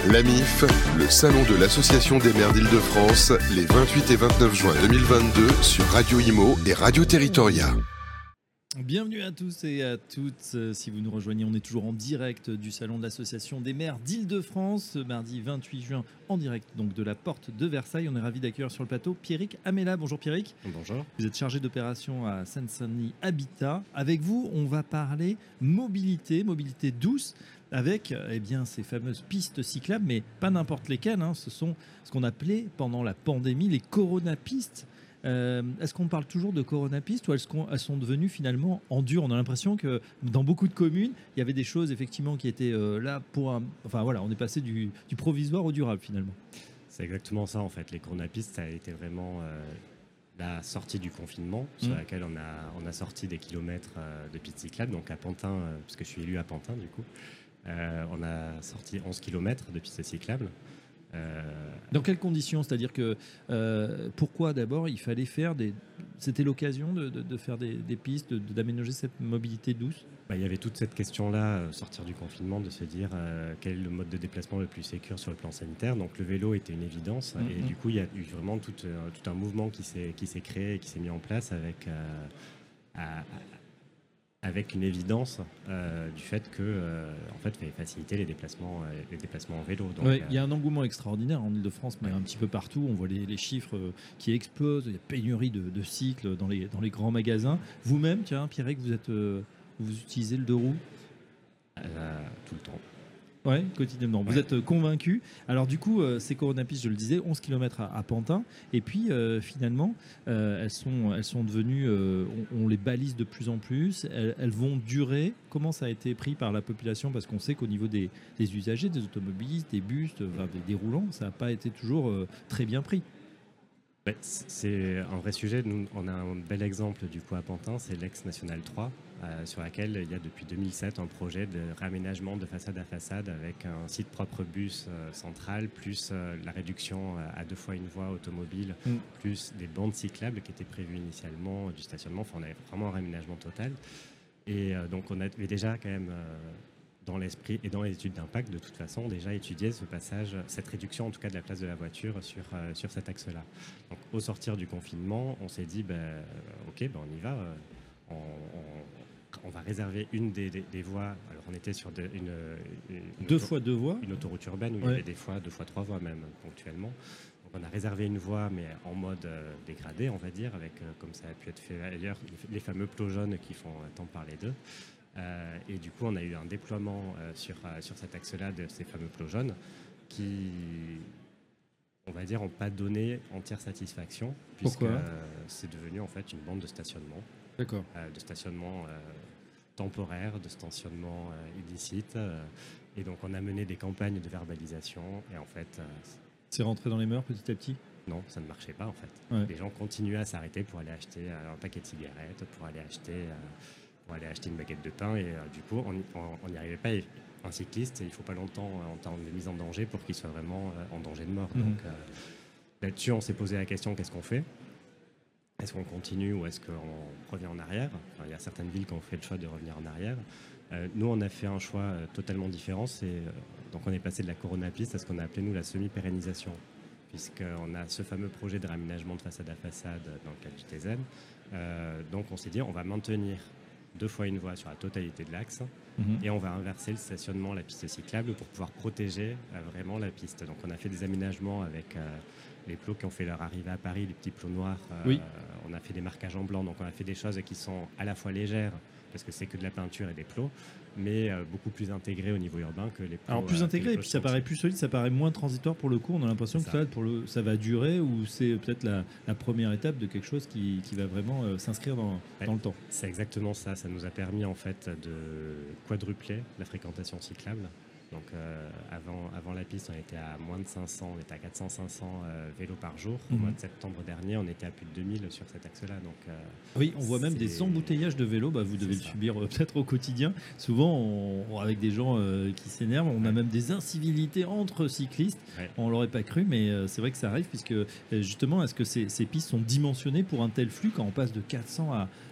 L'AMIF, le salon de l'Association des maires d'Île-de-France, les 28 et 29 juin 2022 sur Radio Imo et Radio Territoria. Bienvenue à tous et à toutes. Si vous nous rejoignez, on est toujours en direct du salon de l'Association des maires d'Île-de-France, mardi 28 juin, en direct donc de la porte de Versailles. On est ravis d'accueillir sur le plateau Pierrick Amela. Bonjour Pierrick. Bonjour. Vous êtes chargé d'opération à Seine-Saint-Denis Habitat. Avec vous, on va parler mobilité douce, avec ces fameuses pistes cyclables, mais pas n'importe lesquelles. Ce sont ce qu'on appelait pendant la pandémie les coronapistes. Est-ce qu'on parle toujours de coronapistes ou elles sont devenues finalement en dur? On a l'impression que dans beaucoup de communes, il y avait des choses effectivement qui étaient là pour un... Enfin voilà, on est passé du provisoire au durable finalement. C'est exactement ça en fait. Les coronapistes, ça a été vraiment la sortie du confinement sur laquelle on a sorti des kilomètres de pistes cyclables. Donc à Pantin, parce que je suis élu à Pantin du coup, on a sorti 11 kilomètres de pistes cyclables. Dans quelles conditions? C'est-à-dire que pourquoi d'abord il fallait faire des... C'était l'occasion de faire des pistes, d'aménager cette mobilité douce? Il y avait toute cette question-là, sortir du confinement, de se dire quel est le mode de déplacement le plus sécure sur le plan sanitaire. Donc le vélo était une évidence et du coup il y a eu vraiment tout un mouvement qui s'est créé et qui s'est mis en place avec une évidence du fait que il fallait faciliter les déplacements en vélo. Donc, il y a un engouement extraordinaire en Île-de-France, mais un petit peu partout. On voit les chiffres qui explosent. Il y a pénurie de cycles dans les grands magasins. Vous-même, tiens, Pierrick, vous utilisez le deux roues tout le temps. Oui, quotidiennement. Vous êtes convaincu. Alors du coup, ces coronapistes, je le disais, 11 km à Pantin. Et puis finalement, elles sont devenues, on les balise de plus en plus. Elles vont durer. Comment ça a été pris par la population? Parce qu'on sait qu'au niveau des usagers, des automobilistes, des bus, des roulants, ça n'a pas été toujours très bien pris. C'est un vrai sujet. Nous, on a un bel exemple du coup à Pantin, c'est l'ex-National 3, sur laquelle il y a depuis 2007 un projet de réaménagement de façade à façade avec un site propre bus central, plus la réduction à 2 fois une voie automobile, plus des bandes cyclables qui étaient prévues initialement, du stationnement. Enfin, on avait vraiment un réaménagement total. Et donc on avait déjà quand même... dans l'esprit et dans les études d'impact, de toute façon, déjà étudié ce passage, cette réduction en tout cas de la place de la voiture sur cet axe-là. Donc au sortir du confinement, on s'est dit, on y va, on va réserver une des voies. Alors on était sur deux fois deux voies, une autoroute urbaine où il y avait des fois 2 fois 3 voies même ponctuellement. Donc on a réservé une voie mais en mode dégradé, on va dire, avec comme ça a pu être fait ailleurs, les fameux plots jaunes qui font tant parler d'eux. Et du coup, on a eu un déploiement sur cet axe-là de ces fameux plots jaunes qui, on va dire, n'ont pas donné entière satisfaction. Puisque c'est devenu en fait une bande de stationnement. D'accord. De stationnement temporaire, de stationnement illicite. Et donc, on a mené des campagnes de verbalisation. Et en fait... c'est rentré dans les mœurs petit à petit? Non, ça ne marchait pas en fait. Ouais. Les gens continuaient à s'arrêter pour aller acheter un paquet de cigarettes, pour aller acheter une baguette de pain et du coup on n'y arrivait pas. Et un cycliste, il ne faut pas longtemps en termes de mise en danger pour qu'il soit vraiment en danger de mort. Donc là-dessus on s'est posé la question, qu'est-ce qu'on fait? Est-ce qu'on continue ou est-ce qu'on revient en arrière? Il y a certaines villes qui ont fait le choix de revenir en arrière. Nous on a fait un choix totalement différent. Donc on est passé de la coronapiste à ce qu'on a appelé nous la semi-pérennisation, puisqu'on a ce fameux projet de réaménagement de façade à façade dans le cadre du TZN. Donc on s'est dit on va maintenir 2 fois une voie sur la totalité de l'axe et on va inverser le stationnement, la piste cyclable pour pouvoir protéger vraiment la piste. Donc on a fait des aménagements avec les plots qui ont fait leur arrivée à Paris, les petits plots noirs. On a fait des marquages en blanc, donc on a fait des choses qui sont à la fois légères parce que c'est que de la peinture et des plots, mais beaucoup plus intégrés au niveau urbain que les plots. Alors plus intégrés, et puis ça paraît plus solide, ça paraît moins transitoire pour le coup. On a l'impression que ça va durer, ou c'est peut-être la première étape de quelque chose qui va vraiment s'inscrire dans le temps. C'est exactement ça. Ça nous a permis en fait de quadrupler la fréquentation cyclable. Donc avant la piste, on était à moins de 500, on était à 400-500 vélos par jour. Au mois de septembre dernier, on était à plus de 2000 sur cet axe-là. Donc, oui, on voit même des embouteillages de vélos. Vous devez le subir peut-être au quotidien. Souvent, avec des gens qui s'énervent, on a même des incivilités entre cyclistes. On ne l'aurait pas cru, mais c'est vrai que ça arrive, puisque justement, est-ce que ces pistes sont dimensionnées pour un tel flux quand on passe de 400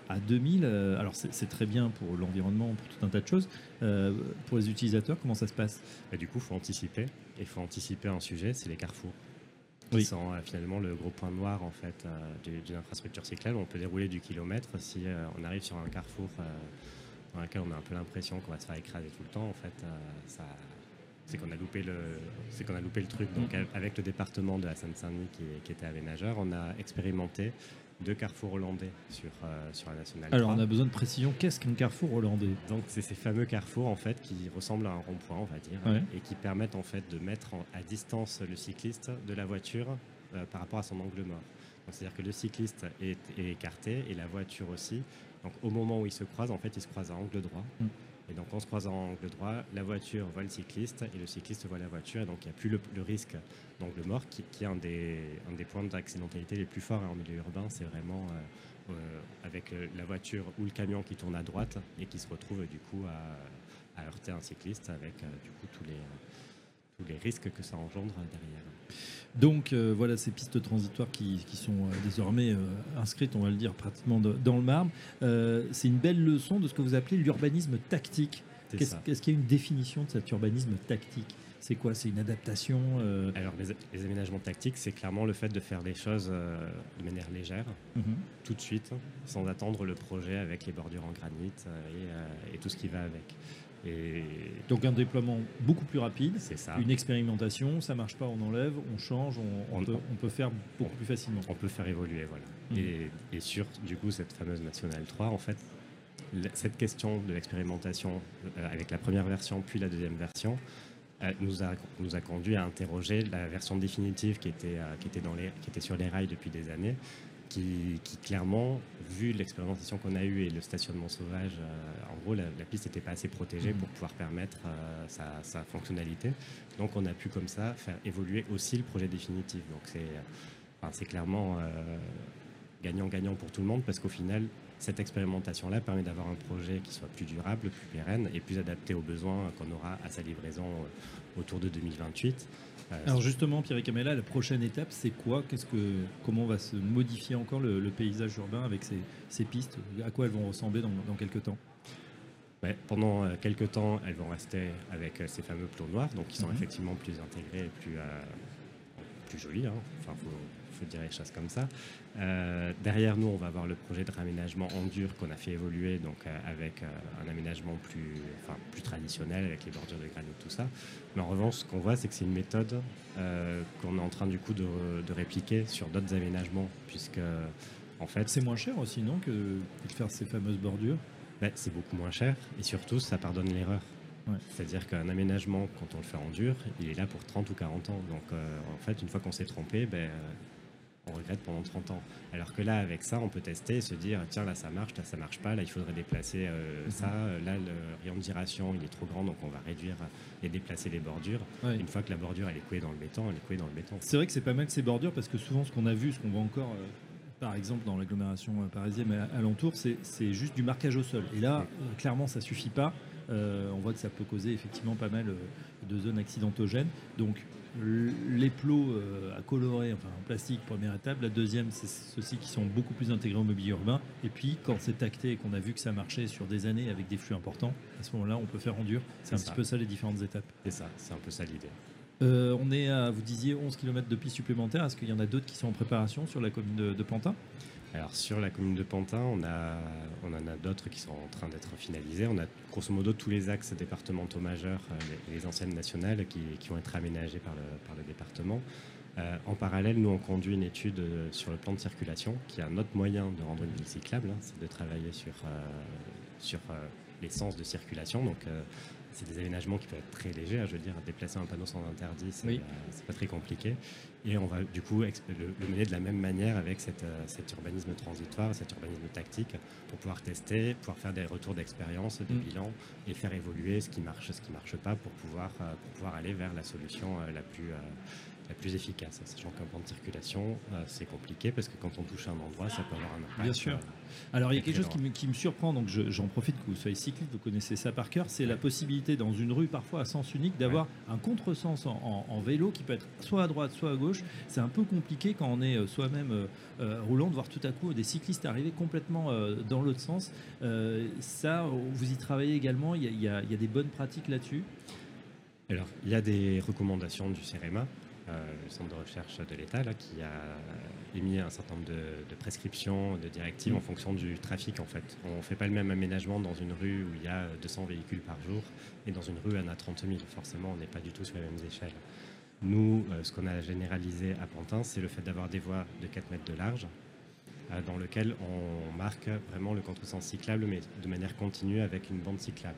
à 2000. Alors c'est très bien pour l'environnement, pour tout un tas de choses. Pour les utilisateurs, comment ça se passe? Du coup, il faut anticiper. Et il faut anticiper un sujet, c'est les carrefours. Qui Oui. sont finalement le gros point noir en fait, d'une infrastructure cyclable. On peut dérouler du kilomètre si on arrive sur un carrefour dans lequel on a un peu l'impression qu'on va se faire écraser tout le temps. En fait, c'est qu'on a loupé le truc. Donc, avec le département de la Seine-Saint-Denis qui était aménageur, on a expérimenté 2 carrefours hollandais sur la nationale 3. Alors on a besoin de précision. Qu'est-ce qu'un carrefour hollandais? Donc c'est ces fameux carrefours en fait qui ressemblent à un rond-point, on va dire, Ouais. et qui permettent en fait de mettre à distance le cycliste de la voiture par rapport à son angle mort. Donc c'est-à-dire que le cycliste est écarté et la voiture aussi. Donc au moment où ils se croisent, en fait, ils se croisent à angle droit. Et donc en se croisant à angle droit, la voiture voit le cycliste et le cycliste voit la voiture. Et donc il n'y a plus le risque d'angle mort qui est un des points d'accidentalité les plus forts en milieu urbain. C'est vraiment avec la voiture ou le camion qui tourne à droite et qui se retrouve du coup à heurter un cycliste avec du coup tous les risques que ça engendre derrière. Donc voilà ces pistes transitoires qui sont désormais inscrites, on va le dire, pratiquement dans le marbre. C'est une belle leçon de ce que vous appelez l'urbanisme tactique. Est-ce qu'il y a une définition de cet urbanisme tactique? C'est quoi? C'est une adaptation Alors les aménagements tactiques, c'est clairement le fait de faire les choses de manière légère, tout de suite, sans attendre le projet avec les bordures en granit et tout ce qui va avec. Et donc un déploiement beaucoup plus rapide, c'est ça. Une expérimentation, ça marche pas, on enlève, on change, on peut faire beaucoup plus facilement. On peut faire évoluer, voilà. Et sur du coup cette fameuse Nationale 3, en fait, cette question de l'expérimentation avec la première version puis la deuxième version nous a conduit à interroger la version définitive qui était sur les rails depuis des années. Qui clairement, vu l'expérimentation qu'on a eue et le stationnement sauvage, en gros, la piste n'était pas assez protégée pour pouvoir permettre sa fonctionnalité. Donc, on a pu comme ça faire évoluer aussi le projet définitif. Donc, c'est clairement gagnant-gagnant pour tout le monde parce qu'au final, cette expérimentation-là permet d'avoir un projet qui soit plus durable, plus pérenne et plus adapté aux besoins qu'on aura à sa livraison autour de 2028. Alors justement, Pierre Camella, la prochaine étape, c'est quoi? Comment va se modifier encore le paysage urbain avec ces pistes? À quoi elles vont ressembler dans quelques temps? Pendant quelques temps, elles vont rester avec ces fameux plots noirs, donc qui sont effectivement plus intégrés et plus jolis. Enfin, faut dire les choses comme ça. Derrière nous, on va avoir le projet de réaménagement en dur qu'on a fait évoluer, donc avec un aménagement plus traditionnel, avec les bordures de granit, tout ça. Mais en revanche, ce qu'on voit, c'est que c'est une méthode qu'on est en train du coup de répliquer sur d'autres aménagements, puisque en fait, c'est moins cher aussi, non, que de faire ces fameuses bordures? C'est beaucoup moins cher et surtout, ça pardonne l'erreur. Ouais. C'est-à-dire qu'un aménagement, quand on le fait en dur, il est là pour 30 ou 40 ans. Donc, en fait, une fois qu'on s'est trompé, on regrette pendant 30 ans. Alors que là, avec ça, on peut tester et se dire, tiens, là, ça marche, là, ça marche pas, là, il faudrait déplacer ça. Là, le rayon de giration, il est trop grand, donc on va réduire et déplacer les bordures. Ouais. Une fois que la bordure, elle est coulée dans le béton, elle est coulée dans le béton. C'est vrai que c'est pas mal ces bordures, parce que souvent, ce qu'on a vu, ce qu'on voit encore... par exemple, dans l'agglomération parisienne alentour, c'est juste du marquage au sol. Et là, clairement, ça suffit pas. On voit que ça peut causer effectivement pas mal de zones accidentogènes. Donc, les plots à colorer, enfin en plastique, première étape. La deuxième, c'est ceux-ci qui sont beaucoup plus intégrés au mobilier urbain. Et puis, quand c'est tacté et qu'on a vu que ça marchait sur des années avec des flux importants, à ce moment-là, on peut faire en dur. C'est un petit peu ça les différentes étapes. C'est un peu ça l'idée. On est à, vous disiez, 11 km de pistes supplémentaires. Est-ce qu'il y en a d'autres qui sont en préparation sur la commune de Pantin? Alors sur la commune de Pantin, on en a d'autres qui sont en train d'être finalisés. On a grosso modo tous les axes départementaux majeurs, les anciennes nationales qui vont être aménagés par le département. En parallèle, nous on conduit une étude sur le plan de circulation, qui est un autre moyen de rendre une ville cyclable, c'est de travailler sur les sens de circulation. Donc c'est des aménagements qui peuvent être très légers. Je veux dire, déplacer un panneau sans interdit, c'est pas très compliqué. Et on va du coup le mener de la même manière avec cet urbanisme transitoire, cet urbanisme tactique, pour pouvoir tester, pouvoir faire des retours d'expérience, des bilans, et faire évoluer ce qui marche pas, pour pouvoir aller vers la solution la plus efficace. Sachant qu'un plan de circulation, c'est compliqué parce que quand on touche un endroit, ça peut avoir un impact. Bien sûr. Alors, il y a quelque chose qui me surprend, donc j'en profite que vous soyez cycliste, vous connaissez ça par cœur, c'est la possibilité dans une rue, parfois à sens unique, d'avoir un contresens en vélo qui peut être soit à droite, soit à gauche. C'est un peu compliqué quand on est soi-même roulant, de voir tout à coup des cyclistes arriver complètement dans l'autre sens. Ça, vous y travaillez également, il y a des bonnes pratiques là-dessus? Alors, il y a des recommandations du CEREMA, le centre de recherche de l'État, là, qui a émis un certain nombre de prescriptions, de directives en fonction du trafic. En fait, on ne fait pas le même aménagement dans une rue où il y a 200 véhicules par jour et dans une rue où il y en a 30 000. Forcément, on n'est pas du tout sur les mêmes échelles. Nous, ce qu'on a généralisé à Pantin, c'est le fait d'avoir des voies de 4 mètres de large dans lesquelles on marque vraiment le contresens cyclable, mais de manière continue avec une bande cyclable.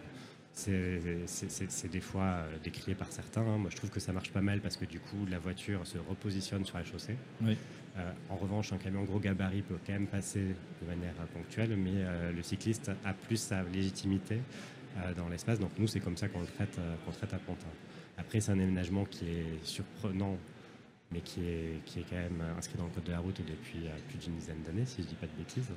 C'est des fois décrié par certains. Moi, je trouve que ça marche pas mal parce que du coup, la voiture se repositionne sur la chaussée. Oui. En revanche, un camion gros gabarit peut quand même passer de manière ponctuelle, mais le cycliste a plus sa légitimité dans l'espace. Donc nous, c'est comme ça qu'on le traite à Pantin. Après, c'est un aménagement qui est surprenant, mais qui est quand même inscrit dans le code de la route depuis plus d'une dizaine d'années, si je ne dis pas de bêtises,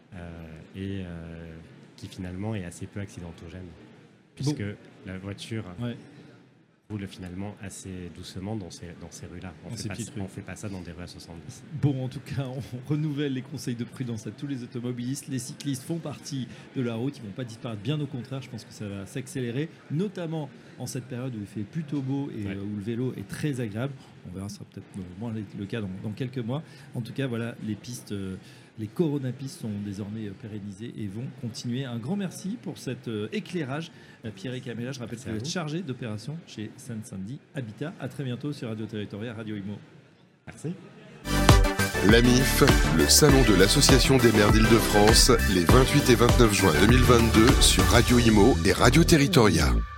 et qui finalement est assez peu accidentogène. Puisque la voiture roule finalement assez doucement dans ces rues-là. On ne fait pas ça dans des rues à 70. Bon, en tout cas, on renouvelle les conseils de prudence à tous les automobilistes. Les cyclistes font partie de la route, ils ne vont pas disparaître, bien au contraire. Je pense que ça va s'accélérer, notamment en cette période où il fait plutôt beau et où le vélo est très agréable. On verra, ce sera peut-être moins le cas dans quelques mois. En tout cas, voilà, les pistes... Les coronapistes sont désormais pérennisées et vont continuer. Un grand merci pour cet éclairage. Pierre Camella, je rappelle que vous êtes chargé d'opération chez Seine-Saint-Denis Habitat. À très bientôt sur Radio Territoria, Radio Imo. Merci. L'AMIF, le salon de l'Association des maires d'Île-de-France, les 28 et 29 juin 2022 sur Radio Imo et Radio Territoria.